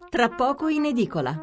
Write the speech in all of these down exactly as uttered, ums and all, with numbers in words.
tra poco in edicola.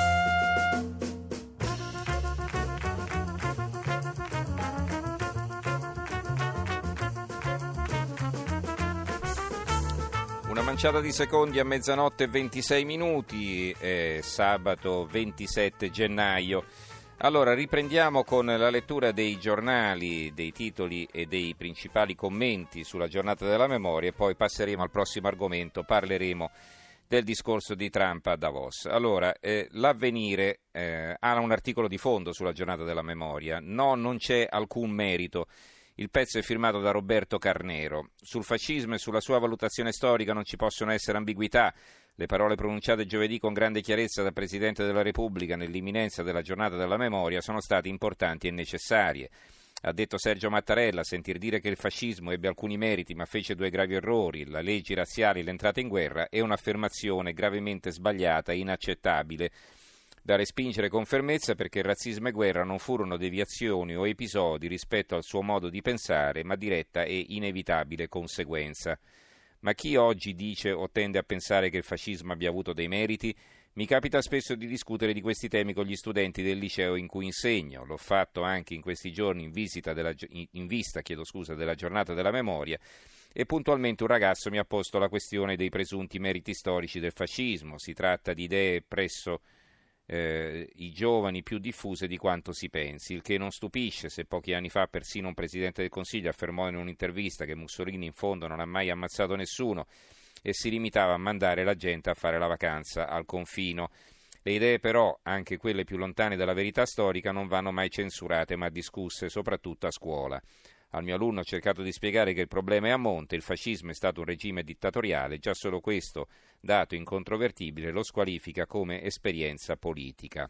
Una manciata di secondi a mezzanotte e ventisei minuti, è sabato ventisette gennaio. Allora, riprendiamo con la lettura dei giornali, dei titoli e dei principali commenti sulla giornata della memoria e poi passeremo al prossimo argomento, parleremo del discorso di Trump a Davos. Allora, eh, l'Avvenire eh, ha un articolo di fondo sulla giornata della memoria. No, non c'è alcun merito. Il pezzo è firmato da Roberto Carnero. Sul fascismo e sulla sua valutazione storica non ci possono essere ambiguità. Le parole pronunciate giovedì con grande chiarezza dal Presidente della Repubblica nell'imminenza della giornata della memoria sono state importanti e necessarie. Ha detto Sergio Mattarella, sentir dire che il fascismo ebbe alcuni meriti ma fece due gravi errori, le leggi razziali e l'entrata in guerra, è un'affermazione gravemente sbagliata e inaccettabile, da respingere con fermezza perché razzismo e guerra non furono deviazioni o episodi rispetto al suo modo di pensare, ma diretta e inevitabile conseguenza. Ma chi oggi dice o tende a pensare che il fascismo abbia avuto dei meriti? Mi capita spesso di discutere di questi temi con gli studenti del liceo in cui insegno. L'ho fatto anche in questi giorni in, visita della, in vista chiedo scusa, della giornata della memoria e puntualmente un ragazzo mi ha posto la questione dei presunti meriti storici del fascismo. Si tratta di idee presso Eh, i giovani più diffuse di quanto si pensi, il che non stupisce se pochi anni fa persino un Presidente del Consiglio affermò in un'intervista che Mussolini in fondo non ha mai ammazzato nessuno e si limitava a mandare la gente a fare la vacanza al confino. Le idee però, anche quelle più lontane dalla verità storica, non vanno mai censurate ma discusse, soprattutto a scuola. Al mio alunno ho cercato di spiegare che il problema è a monte, il fascismo è stato un regime dittatoriale, già solo questo dato incontrovertibile lo squalifica come esperienza politica.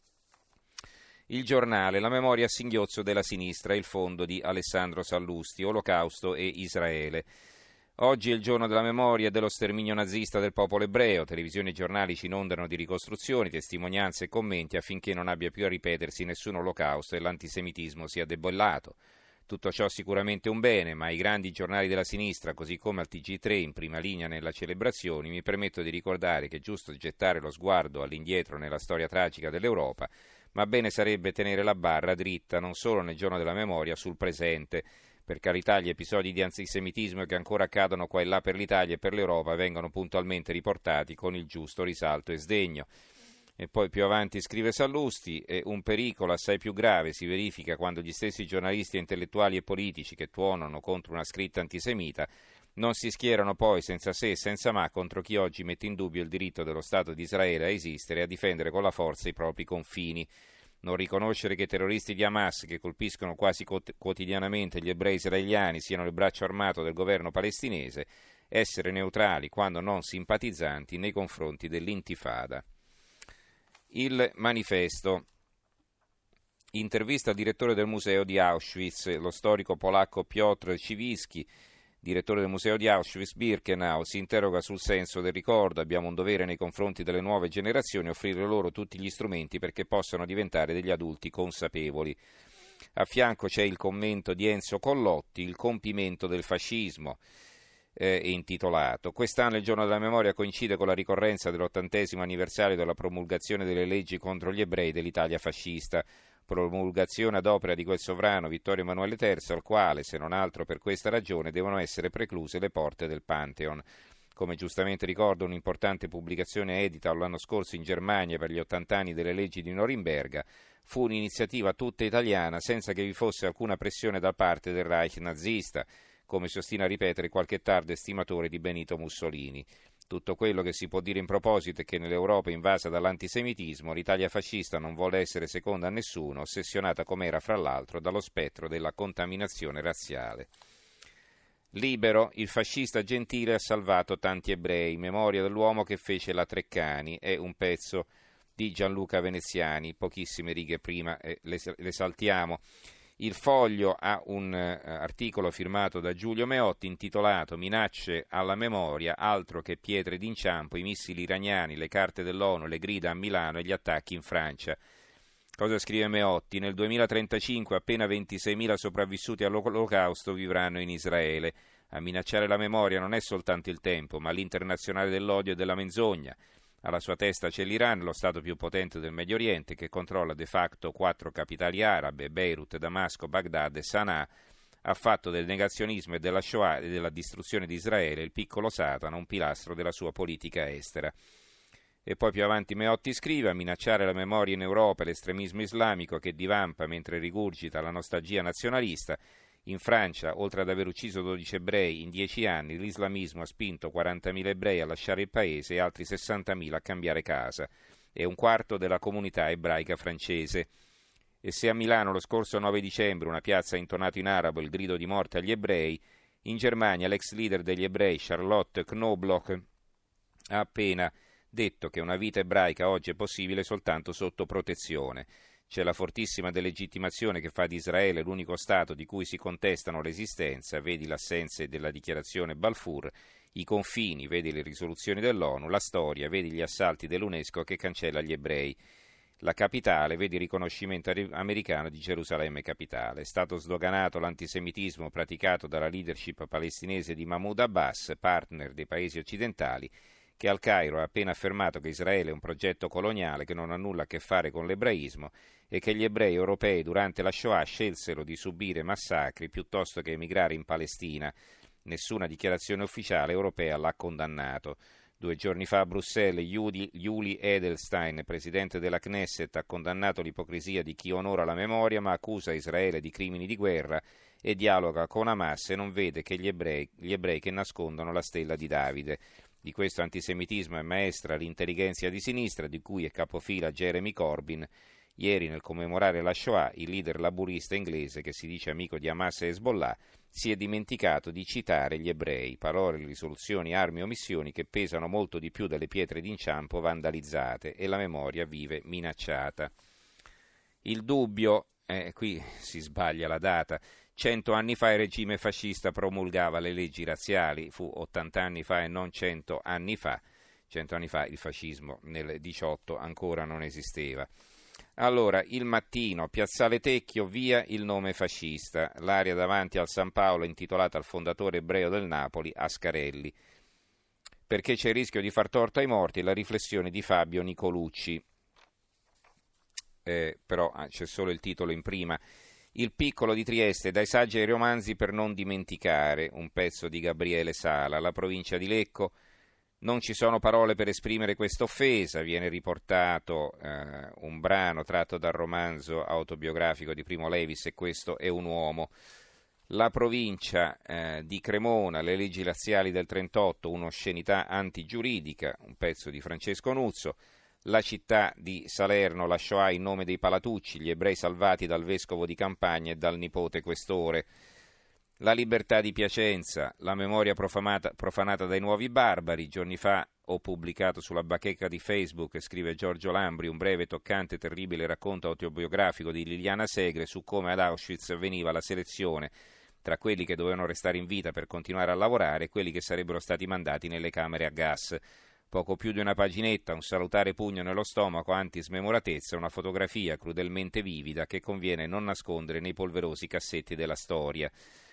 Il giornale, la memoria a singhiozzo della sinistra, il fondo di Alessandro Sallusti, Olocausto e Israele. Oggi è il giorno della memoria e dello sterminio nazista del popolo ebreo, televisioni e giornali ci inondano di ricostruzioni, testimonianze e commenti affinché non abbia più a ripetersi nessun olocausto e l'antisemitismo sia debellato. Tutto ciò sicuramente un bene, ma ai grandi giornali della sinistra, così come al T G tre in prima linea nella celebrazione, mi permetto di ricordare che è giusto gettare lo sguardo all'indietro nella storia tragica dell'Europa, ma bene sarebbe tenere la barra dritta non solo nel giorno della memoria sul presente. Per carità, gli episodi di antisemitismo che ancora accadono qua e là per l'Italia e per l'Europa vengono puntualmente riportati con il giusto risalto e sdegno. E poi più avanti scrive Sallusti, eh, un pericolo assai più grave si verifica quando gli stessi giornalisti intellettuali e politici che tuonano contro una scritta antisemita non si schierano poi senza se e senza ma contro chi oggi mette in dubbio il diritto dello Stato di Israele a esistere e a difendere con la forza i propri confini. Non riconoscere che i terroristi di Hamas, che colpiscono quasi quotidianamente gli ebrei israeliani, siano il braccio armato del governo palestinese, essere neutrali quando non simpatizzanti nei confronti dell'intifada. Il manifesto. Intervista al direttore del museo di Auschwitz, lo storico polacco Piotr Ciwiński, direttore del museo di Auschwitz-Birkenau, si interroga sul senso del ricordo. Abbiamo un dovere nei confronti delle nuove generazioni, offrire loro tutti gli strumenti perché possano diventare degli adulti consapevoli. A fianco c'è il commento di Enzo Collotti, il compimento del fascismo. È intitolato. Quest'anno il giorno della memoria coincide con la ricorrenza dell'ottantesimo anniversario della promulgazione delle leggi contro gli ebrei dell'Italia fascista, promulgazione ad opera di quel sovrano Vittorio Emanuele terzo, al quale, se non altro per questa ragione, devono essere precluse le porte del Pantheon. Come giustamente ricorda un'importante pubblicazione edita l'anno scorso in Germania per gli ottanta anni delle leggi di Norimberga, fu un'iniziativa tutta italiana senza che vi fosse alcuna pressione da parte del Reich nazista, come si ostina a ripetere qualche tardo estimatore di Benito Mussolini. Tutto quello che si può dire in proposito è che nell'Europa invasa dall'antisemitismo l'Italia fascista non vuole essere seconda a nessuno, ossessionata com'era fra l'altro dallo spettro della contaminazione razziale. Libero, il fascista gentile ha salvato tanti ebrei, memoria dell'uomo che fece la Treccani, è un pezzo di Gianluca Veneziani, pochissime righe prima eh, le, le saltiamo. Il Foglio ha un uh, articolo firmato da Giulio Meotti intitolato Minacce alla memoria, altro che pietre d'inciampo, i missili iraniani, le carte dell'ONU, le grida a Milano e gli attacchi in Francia. Cosa scrive Meotti? Nel duemilatrentacinque appena ventiseimila sopravvissuti all'Olocausto vivranno in Israele. A minacciare la memoria non è soltanto il tempo, ma l'internazionale dell'odio e della menzogna. Alla sua testa c'è l'Iran, lo stato più potente del Medio Oriente, che controlla de facto quattro capitali arabe, Beirut, Damasco, Baghdad e Sana'a. Ha fatto del negazionismo e della Shoah e della distruzione di Israele il piccolo Satana, un pilastro della sua politica estera. E poi più avanti Meotti scrive: a minacciare la memoria in Europa e l'estremismo islamico che divampa mentre rigurgita la nostalgia nazionalista. In Francia, oltre ad aver ucciso dodici ebrei in dieci anni, l'islamismo ha spinto quarantamila ebrei a lasciare il paese e altri sessantamila a cambiare casa. È un quarto della comunità ebraica francese. E se a Milano lo scorso nove dicembre una piazza ha intonato in arabo il grido di morte agli ebrei, in Germania l'ex leader degli ebrei Charlotte Knobloch ha appena detto che una vita ebraica oggi è possibile soltanto sotto protezione. C'è la fortissima delegittimazione che fa di Israele l'unico Stato di cui si contestano l'esistenza, vedi l'assenza della dichiarazione Balfour, i confini, vedi le risoluzioni dell'ONU, la storia, vedi gli assalti dell'UNESCO che cancella gli ebrei. La capitale, vedi il riconoscimento americano di Gerusalemme capitale. È stato sdoganato l'antisemitismo praticato dalla leadership palestinese di Mahmoud Abbas, partner dei paesi occidentali, che al Cairo ha appena affermato che Israele è un progetto coloniale che non ha nulla a che fare con l'ebraismo e che gli ebrei europei durante la Shoah scelsero di subire massacri piuttosto che emigrare in Palestina. Nessuna dichiarazione ufficiale europea l'ha condannato. Due giorni fa a Bruxelles, Yuli Edelstein, presidente della Knesset, ha condannato l'ipocrisia di chi onora la memoria ma accusa Israele di crimini di guerra e dialoga con Hamas e non vede che gli ebrei, gli ebrei che nascondono la stella di Davide. Di questo antisemitismo è maestra l'intelligenza di sinistra, di cui è capofila Jeremy Corbyn. Ieri, nel commemorare la Shoah, il leader laburista inglese, che si dice amico di Hamas e Hezbollah, si è dimenticato di citare gli ebrei, parole, risoluzioni, armi o missioni che pesano molto di più delle pietre d'inciampo vandalizzate e la memoria vive minacciata. Il dubbio, eh, qui si sbaglia la data, cento anni fa il regime fascista promulgava le leggi razziali, fu ottanta anni fa e non cento anni fa, cento anni fa il fascismo nel diciotto ancora non esisteva. Allora, Il Mattino, Piazzale Tecchio, via il nome fascista, l'area davanti al San Paolo intitolata al fondatore ebreo del Napoli, Ascarelli, perché c'è il rischio di far torto ai morti, la riflessione di Fabio Nicolucci, eh, però ah, c'è solo il titolo in prima. Il piccolo di Trieste, dai saggi ai romanzi per non dimenticare, un pezzo di Gabriele Sala, la provincia di Lecco. Non ci sono parole per esprimere questa offesa, viene riportato eh, un brano tratto dal romanzo autobiografico di Primo Levis, e questo è un uomo. La provincia eh, di Cremona, le leggi razziali del trentotto, un'oscenità antigiuridica, un pezzo di Francesco Nuzzo. La città di Salerno, la Shoah in nome dei Palatucci, gli ebrei salvati dal vescovo di Campagna e dal nipote questore. La libertà di Piacenza, la memoria profanata, profanata dai nuovi barbari. Giorni fa ho pubblicato sulla bacheca di Facebook, scrive Giorgio Lambri, un breve, toccante e terribile racconto autobiografico di Liliana Segre su come ad Auschwitz avveniva la selezione tra quelli che dovevano restare in vita per continuare a lavorare e quelli che sarebbero stati mandati nelle camere a gas. Poco più di una paginetta, un salutare pugno nello stomaco, anti-smemoratezza, una fotografia crudelmente vivida che conviene non nascondere nei polverosi cassetti della storia.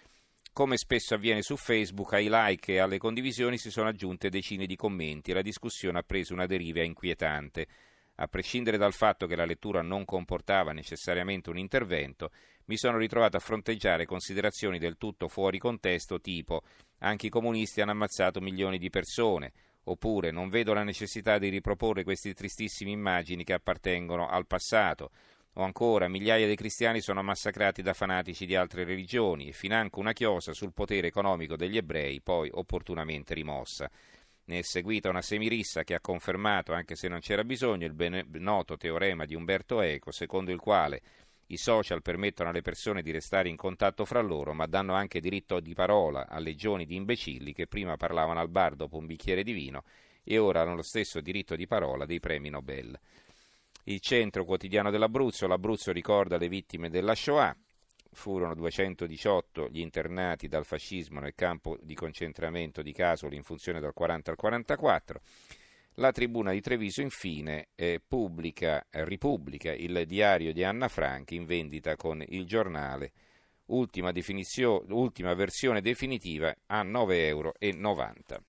Come spesso avviene su Facebook, ai like e alle condivisioni si sono aggiunte decine di commenti e la discussione ha preso una deriva inquietante. A prescindere dal fatto che la lettura non comportava necessariamente un intervento, mi sono ritrovato a fronteggiare considerazioni del tutto fuori contesto, tipo «anche i comunisti hanno ammazzato milioni di persone», oppure «non vedo la necessità di riproporre queste tristissime immagini che appartengono al passato», o ancora «migliaia di cristiani sono massacrati da fanatici di altre religioni», e financo una chiosa sul potere economico degli ebrei, poi opportunamente rimossa. Ne è seguita una semirissa che ha confermato, anche se non c'era bisogno, il ben noto teorema di Umberto Eco, secondo il quale i social permettono alle persone di restare in contatto fra loro, ma danno anche diritto di parola a legioni di imbecilli che prima parlavano al bar dopo un bicchiere di vino e ora hanno lo stesso diritto di parola dei premi Nobel. Il Centro Quotidiano dell'Abruzzo, l'Abruzzo ricorda le vittime della Shoah, furono duecentodiciotto gli internati dal fascismo nel campo di concentramento di Casoli in funzione dal quaranta al quarantaquattro. La Tribuna di Treviso infine eh, pubblica, eh, ripubblica il diario di Anna Frank in vendita con il giornale, ultima, ultima versione definitiva a nove virgola novanta euro.